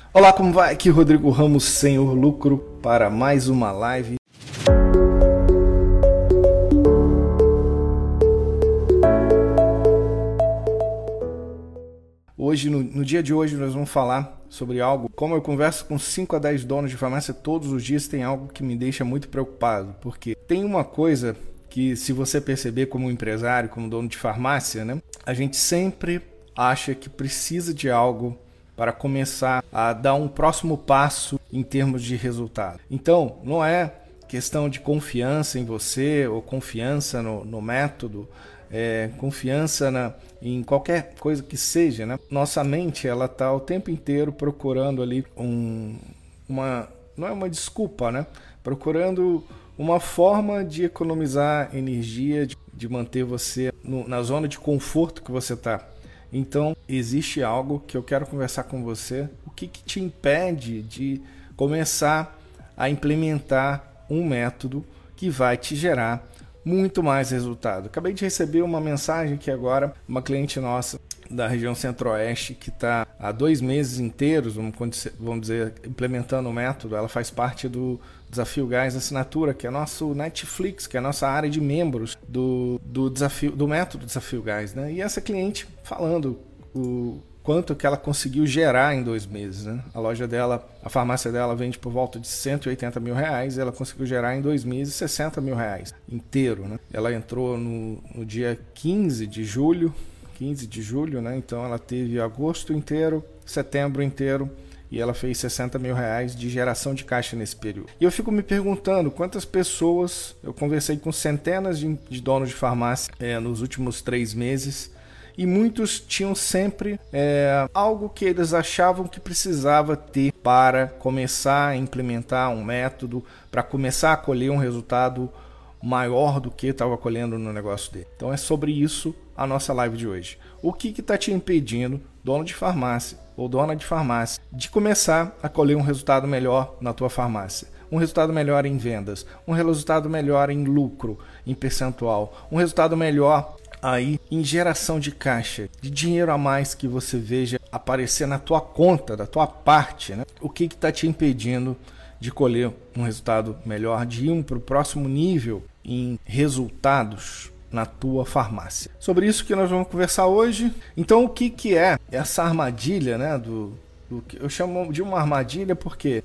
Olá, como vai? Aqui Rodrigo Ramos, Senhor Lucro, para mais uma live. Hoje, no dia de hoje, nós vamos falar sobre algo. Como eu converso com 5 a 10 donos de farmácia todos os dias, tem algo que me deixa muito preocupado. Porque tem uma coisa que, se você perceber como empresário, como dono de farmácia, né, a gente sempre acha que precisa de algo para começar a dar um próximo passo em termos de resultado. Então, não é questão de confiança em você ou confiança no método, confiança em qualquer coisa que seja, né? Nossa mente, ela está o tempo inteiro procurando ali não é uma desculpa, né? Procurando uma forma de economizar energia, de manter você na zona de conforto que você está. Então, existe algo que eu quero conversar com você. O que te impede de começar a implementar um método que vai te gerar muito mais resultado? Acabei de receber uma mensagem aqui agora, uma cliente nossa da região centro-oeste que está há 2 meses inteiros, vamos dizer, implementando o método. Ela faz parte do Desafio Gás Assinatura, que é nosso Netflix, que é a nossa área de membros do método Desafio Gás, né? E essa cliente falando o quanto que ela conseguiu gerar em 2 meses, né? A loja dela, a farmácia dela vende por volta de R$180 mil, e ela conseguiu gerar em 2 meses R$60 mil inteiro, né? Ela entrou no dia 15 de julho, né? Então ela teve agosto inteiro, setembro inteiro, e ela fez R$60 mil de geração de caixa nesse período. E eu fico me perguntando quantas pessoas, eu conversei com centenas de donos de farmácia nos últimos 3 meses, e muitos tinham sempre algo que eles achavam que precisava ter para começar a implementar um método, para começar a colher um resultado maior do que estava colhendo no negócio dele. Então é sobre isso a nossa live de hoje. O que está te impedindo, dono de farmácia ou dona de farmácia, de começar a colher um resultado melhor na tua farmácia? Um resultado melhor em vendas, um resultado melhor em lucro, em percentual, um resultado melhor aí em geração de caixa, de dinheiro a mais que você veja aparecer na tua conta, da tua parte, né? O que está te impedindo de colher um resultado melhor, de ir para o próximo nível em resultados na tua farmácia? Sobre isso que nós vamos conversar hoje. Então, o que é essa armadilha, né? Eu chamo de uma armadilha porque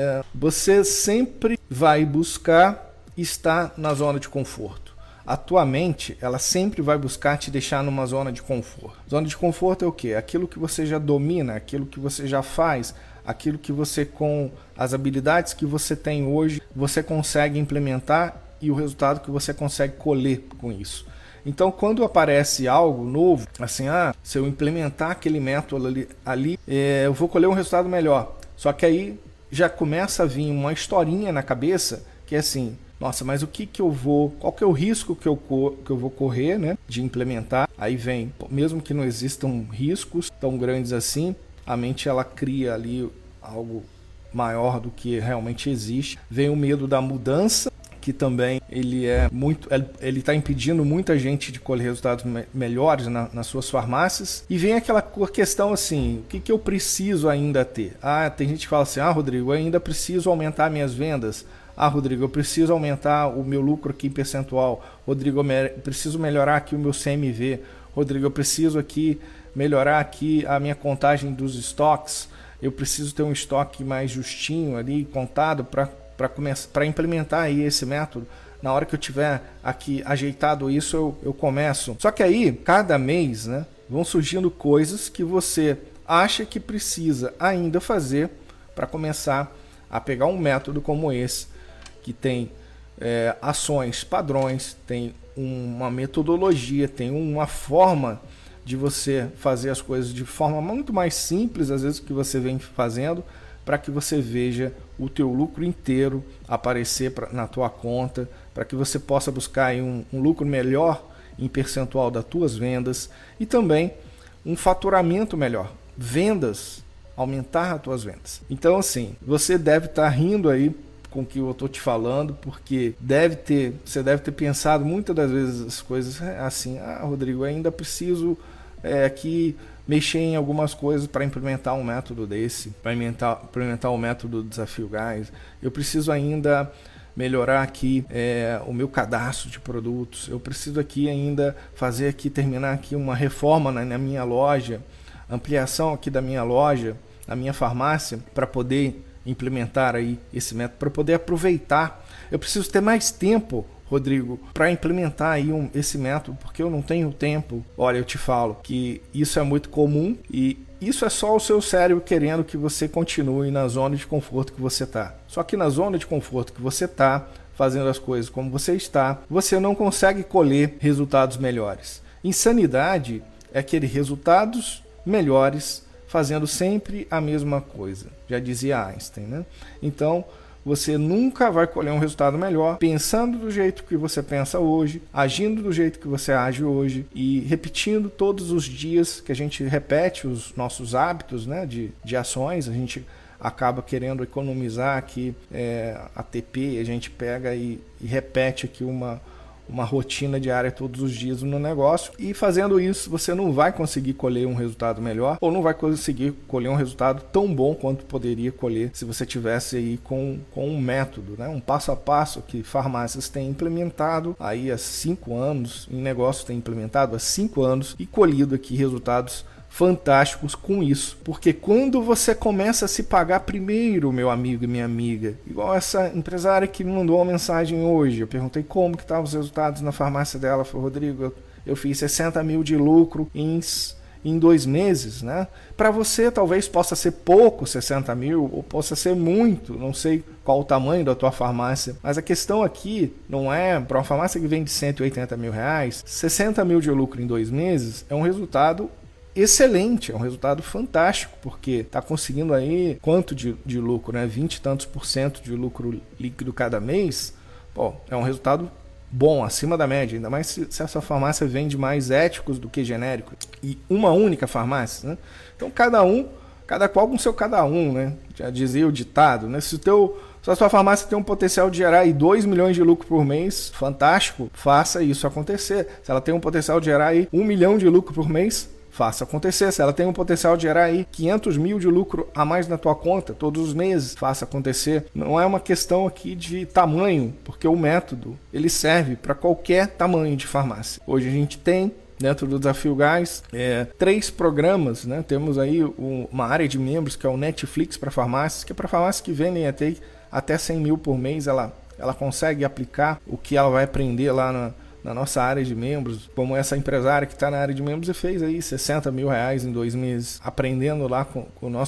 você sempre vai buscar estar na zona de conforto. A tua mente, ela sempre vai buscar te deixar numa zona de conforto. Zona de conforto é o quê? Aquilo que você já domina, aquilo que você já faz, aquilo que você, com as habilidades que você tem hoje, você consegue implementar, e o resultado que você consegue colher com isso. Então, quando aparece algo novo, assim, se eu implementar aquele método ali, eu vou colher um resultado melhor. Só que aí já começa a vir uma historinha na cabeça que é assim: nossa, mas qual que é o risco que eu vou correr, né, de implementar? Aí vem, mesmo que não existam riscos tão grandes assim, a mente, ela cria ali algo maior do que realmente existe. Vem o medo da mudança, que também ele está impedindo muita gente de colher resultados melhores nas suas farmácias. E vem aquela questão assim: o que eu preciso ainda ter? Tem gente que fala assim: Rodrigo, eu ainda preciso aumentar minhas vendas. Rodrigo, eu preciso aumentar o meu lucro aqui em percentual. Rodrigo, eu preciso melhorar aqui o meu CMV. Rodrigo, eu preciso aqui melhorar aqui a minha contagem dos estoques. Eu preciso ter um estoque mais justinho ali, contado, para implementar aí esse método. Na hora que eu tiver aqui ajeitado isso, eu começo. Só que aí, cada mês, né, vão surgindo coisas que você acha que precisa ainda fazer para começar a pegar um método como esse, que tem ações, padrões, tem uma metodologia, tem uma forma de você fazer as coisas de forma muito mais simples, às vezes, que você vem fazendo, para que você veja o teu lucro inteiro aparecer na tua conta, para que você possa buscar aí um lucro melhor em percentual das tuas vendas, e também um faturamento melhor, aumentar as tuas vendas. Então, assim, você deve estar rindo aí com o que eu estou te falando, porque você deve ter pensado muitas das vezes as coisas assim: Rodrigo, eu ainda preciso aqui mexer em algumas coisas para implementar um método desse, para implementar o método do Desafio Gás. Eu preciso ainda melhorar aqui o meu cadastro de produtos. Eu preciso aqui ainda terminar aqui uma reforma na minha loja, ampliação aqui da minha loja, na minha farmácia, para poder implementar aí esse método, para poder aproveitar. Eu preciso ter mais tempo, Rodrigo, para implementar aí esse método, porque eu não tenho tempo. Olha, eu te falo que isso é muito comum e isso é só o seu cérebro querendo que você continue na zona de conforto que você está. Só que na zona de conforto que você está, fazendo as coisas como você está, você não consegue colher resultados melhores. Insanidade é aquele resultados melhores fazendo sempre a mesma coisa. Já dizia Einstein, né? Então, você nunca vai colher um resultado melhor pensando do jeito que você pensa hoje, agindo do jeito que você age hoje e repetindo todos os dias que a gente repete os nossos hábitos, né, de ações. A gente acaba querendo economizar aqui ATP, a gente pega e repete aqui uma rotina diária todos os dias no negócio, e fazendo isso você não vai conseguir colher um resultado melhor, ou não vai conseguir colher um resultado tão bom quanto poderia colher se você tivesse aí com um método, né? Um passo a passo que farmácias têm implementado aí há 5 anos, em negócios têm implementado há 5 anos e colhido aqui resultados fantásticos com isso, porque quando você começa a se pagar primeiro, meu amigo e minha amiga, igual essa empresária que me mandou uma mensagem hoje, eu perguntei como que estavam os resultados na farmácia dela, ela falou: Rodrigo, eu fiz 60 mil de lucro em 2 meses, né? Para você talvez possa ser pouco 60 mil, ou possa ser muito, não sei qual o tamanho da tua farmácia, mas a questão aqui não é, para uma farmácia que vende 180 mil reais, 60 mil de lucro em 2 meses é um resultado excelente, é um resultado fantástico, porque está conseguindo aí quanto de lucro, né? 20 e tantos % de lucro líquido cada mês. Pô, é um resultado bom, acima da média, ainda mais se essa farmácia vende mais éticos do que genéricos, e uma única farmácia, né? Então cada qual com seu cada um, né? Já dizia o ditado, né? Se a sua farmácia tem um potencial de gerar aí 2 milhões de lucro por mês, fantástico, faça isso acontecer. Se ela tem um potencial de gerar aí 1 milhão de lucro por mês, faça acontecer. Se ela tem um potencial de gerar aí 500 mil de lucro a mais na tua conta todos os meses, faça acontecer. Não é uma questão aqui de tamanho, porque o método ele serve para qualquer tamanho de farmácia. Hoje a gente tem, dentro do Desafio Gás, 3 programas, né? Temos aí uma área de membros que é o Netflix para farmácias, que é para farmácias que vendem até 100 mil por mês. Ela consegue aplicar o que ela vai aprender lá na nossa área de membros, como essa empresária que está na área de membros e fez aí 60 mil reais em 2 meses, aprendendo lá com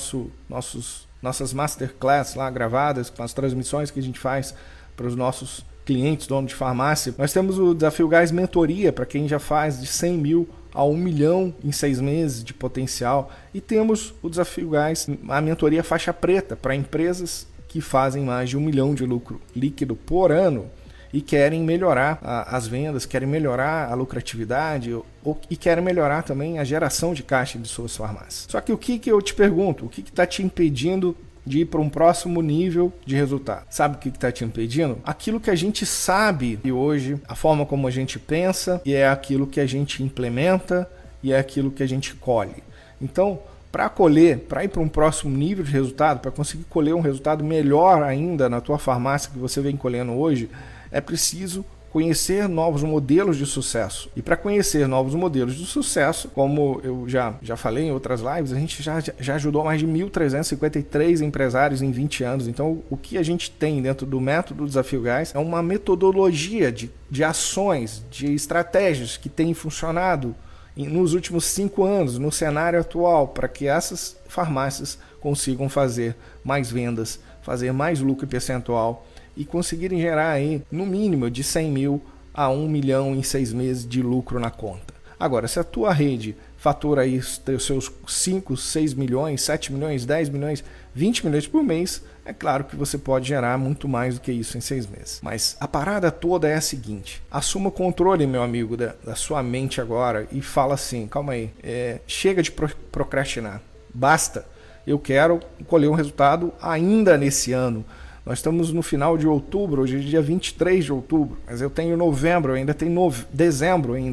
nossas masterclass lá gravadas, com as transmissões que a gente faz para os nossos clientes, donos de farmácia. Nós temos o Desafio Gás Mentoria, para quem já faz de 100 mil a 1 milhão em 6 meses de potencial. E temos o Desafio Gás, a mentoria faixa preta, para empresas que fazem mais de 1 milhão de lucro líquido por ano e querem melhorar as vendas, querem melhorar a lucratividade e querem melhorar também a geração de caixa de suas farmácias. Só que o que eu te pergunto, o que está te impedindo de ir para um próximo nível de resultado? Sabe o que está te impedindo? Aquilo que a gente sabe e hoje, a forma como a gente pensa, e é aquilo que a gente implementa e é aquilo que a gente colhe. Então, para ir para um próximo nível de resultado, para conseguir colher um resultado melhor ainda na tua farmácia que você vem colhendo hoje, é preciso conhecer novos modelos de sucesso. E para conhecer novos modelos de sucesso, como eu já falei em outras lives, a gente já ajudou mais de 1.353 empresários em 20 anos. Então, o que a gente tem dentro do método Desafio Gás é uma metodologia de ações, de estratégias que têm funcionado nos últimos 5 anos, no cenário atual, para que essas farmácias consigam fazer mais vendas, fazer mais lucro percentual e conseguirem gerar aí, no mínimo, de 100 mil a 1 milhão em 6 meses de lucro na conta. Agora, se a tua rede fatura aí os seus 5, 6 milhões, 7 milhões, 10 milhões, 20 milhões por mês, é claro que você pode gerar muito mais do que isso em 6 meses. Mas a parada toda é a seguinte: assuma o controle, meu amigo, da sua mente agora e fala assim: calma aí, chega de procrastinar, basta, eu quero colher um resultado ainda nesse ano. Nós estamos no final de outubro, hoje é dia 23 de outubro, mas eu tenho novembro, ainda tenho dezembro ainda.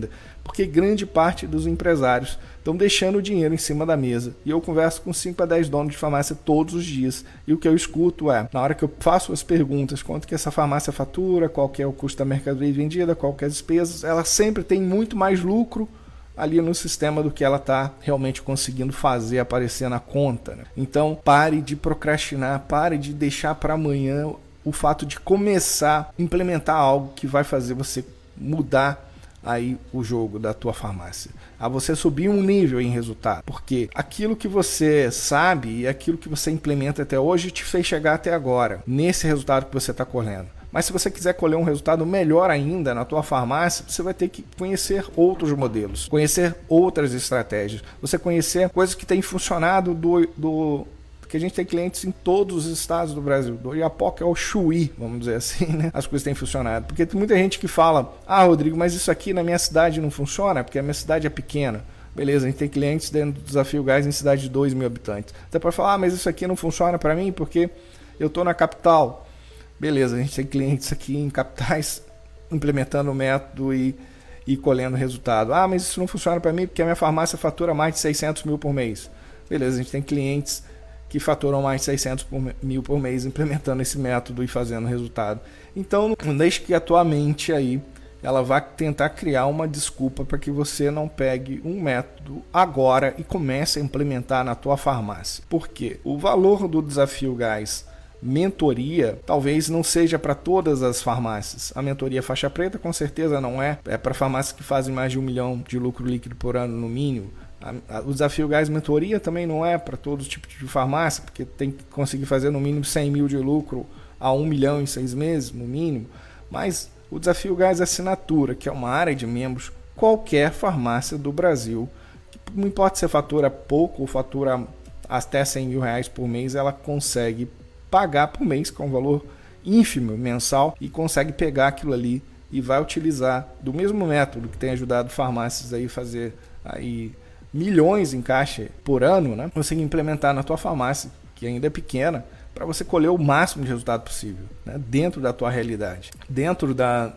porque grande parte dos empresários estão deixando o dinheiro em cima da mesa. E eu converso com 5 a 10 donos de farmácia todos os dias. E o que eu escuto é, na hora que eu faço as perguntas, quanto que essa farmácia fatura, qual que é o custo da mercadoria vendida, qual que é as despesas, ela sempre tem muito mais lucro ali no sistema do que ela está realmente conseguindo fazer aparecer na conta, né? Então, pare de procrastinar, pare de deixar para amanhã o fato de começar a implementar algo que vai fazer você mudar aí o jogo da tua farmácia, a você subir um nível em resultado, porque aquilo que você sabe e aquilo que você implementa até hoje te fez chegar até agora, nesse resultado que você está colhendo. Mas se você quiser colher um resultado melhor ainda na tua farmácia, você vai ter que conhecer outros modelos, conhecer outras estratégias, você conhecer coisas que têm funcionado porque a gente tem clientes em todos os estados do Brasil. Do Oiapoque ao Chuí, vamos dizer assim, né? As coisas têm funcionado. Porque tem muita gente que fala, Rodrigo, mas isso aqui na minha cidade não funciona, porque a minha cidade é pequena. Beleza, a gente tem clientes dentro do Desafio Gás em cidade de 2 mil habitantes. Até para falar, mas isso aqui não funciona para mim porque eu estou na capital. Beleza, a gente tem clientes aqui em capitais implementando o método e colhendo resultado. Mas isso não funciona para mim porque a minha farmácia fatura mais de 600 mil por mês. Beleza, a gente tem clientes que faturam mais de 600 mil por mês implementando esse método e fazendo resultado. Então, não deixe que a tua mente aí ela vai tentar criar uma desculpa para que você não pegue um método agora e comece a implementar na tua farmácia. Por quê? O valor do Desafio Gás mentoria talvez não seja para todas as farmácias. A mentoria faixa preta com certeza não é. É para farmácias que fazem mais de 1 milhão de lucro líquido por ano no mínimo. O Desafio Gás Mentoria também não é para todo tipo de farmácia, porque tem que conseguir fazer no mínimo 100 mil de lucro a 1 milhão em 6 meses, no mínimo. Mas o Desafio Gás Assinatura, que é uma área de membros, qualquer farmácia do Brasil, não importa se fatura pouco ou fatura até 100 mil reais por mês, ela consegue pagar por mês com um valor ínfimo mensal e consegue pegar aquilo ali e vai utilizar do mesmo método que tem ajudado farmácias aí fazer aí milhões em caixa por ano, né? Você implementar na tua farmácia, que ainda é pequena, para você colher o máximo de resultado possível, né? Dentro da tua realidade. Dentro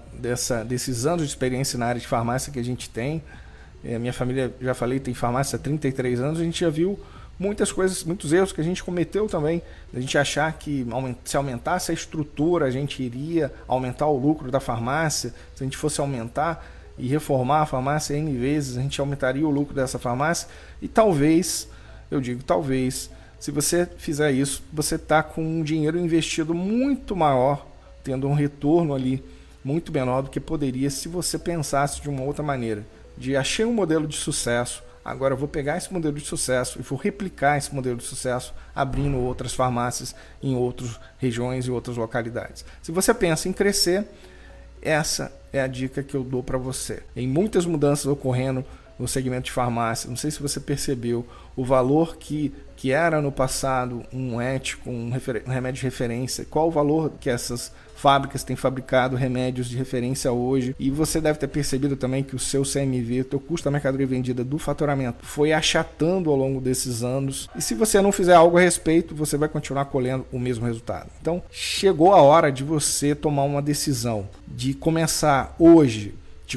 desses anos de experiência na área de farmácia que a gente tem, minha família, já falei, tem farmácia há 33 anos, a gente já viu muitas coisas, muitos erros que a gente cometeu também. A gente achar que se aumentasse a estrutura, a gente iria aumentar o lucro da farmácia. Se a gente fosse aumentar e reformar a farmácia N vezes, a gente aumentaria o lucro dessa farmácia. E talvez, eu digo talvez, se você fizer isso, você está com um dinheiro investido muito maior, tendo um retorno ali muito menor do que poderia se você pensasse de uma outra maneira. De achei um modelo de sucesso, agora eu vou pegar esse modelo de sucesso e vou replicar esse modelo de sucesso abrindo outras farmácias em outras regiões e outras localidades. Se você pensa em crescer, essa é a dica que eu dou para você. Em muitas mudanças ocorrendo no segmento de farmácia, não sei se você percebeu o valor que era no passado um ético, um remédio de referência, qual o valor que essas fábricas têm fabricado remédios de referência hoje. E você deve ter percebido também que o seu CMV, o teu custo da mercadoria vendida do faturamento, foi achatando ao longo desses anos. E se você não fizer algo a respeito, você vai continuar colhendo o mesmo resultado. Então, chegou a hora de você tomar uma decisão, de começar hoje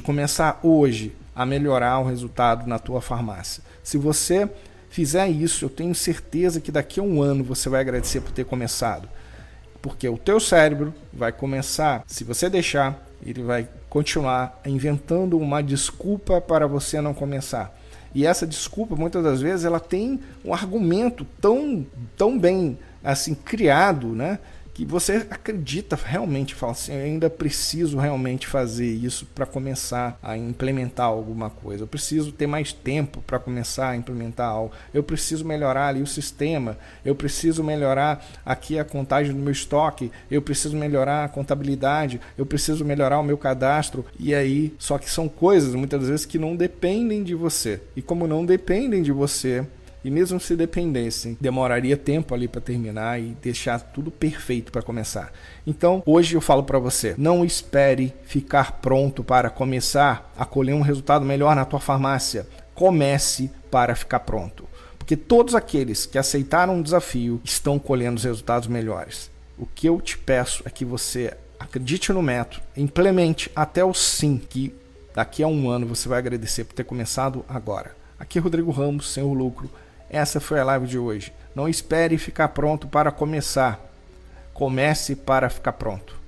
a melhorar o resultado na tua farmácia. Se você fizer isso, eu tenho certeza que daqui a um ano você vai agradecer por ter começado. Porque o teu cérebro vai começar, se você deixar, ele vai continuar inventando uma desculpa para você não começar. E essa desculpa, muitas das vezes, ela tem um argumento tão bem assim criado, né? Que você acredita realmente, fala assim, eu ainda preciso realmente fazer isso para começar a implementar alguma coisa. Eu preciso ter mais tempo para começar a implementar algo. Eu preciso melhorar ali o sistema. Eu preciso melhorar aqui a contagem do meu estoque. Eu preciso melhorar a contabilidade. Eu preciso melhorar o meu cadastro. E aí, só que são coisas, muitas vezes, que não dependem de você. E como não dependem de você, e mesmo se dependessem, demoraria tempo ali para terminar e deixar tudo perfeito para começar. Então, hoje eu falo para você, não espere ficar pronto para começar a colher um resultado melhor na tua farmácia. Comece para ficar pronto. Porque todos aqueles que aceitaram o desafio estão colhendo os resultados melhores. O que eu te peço é que você acredite no método, implemente até o sim, que Daqui a um ano você vai agradecer por ter começado agora. Aqui é Rodrigo Ramos, Senhor Lucro. Essa foi a live de hoje. Não espere ficar pronto para começar. Comece para ficar pronto.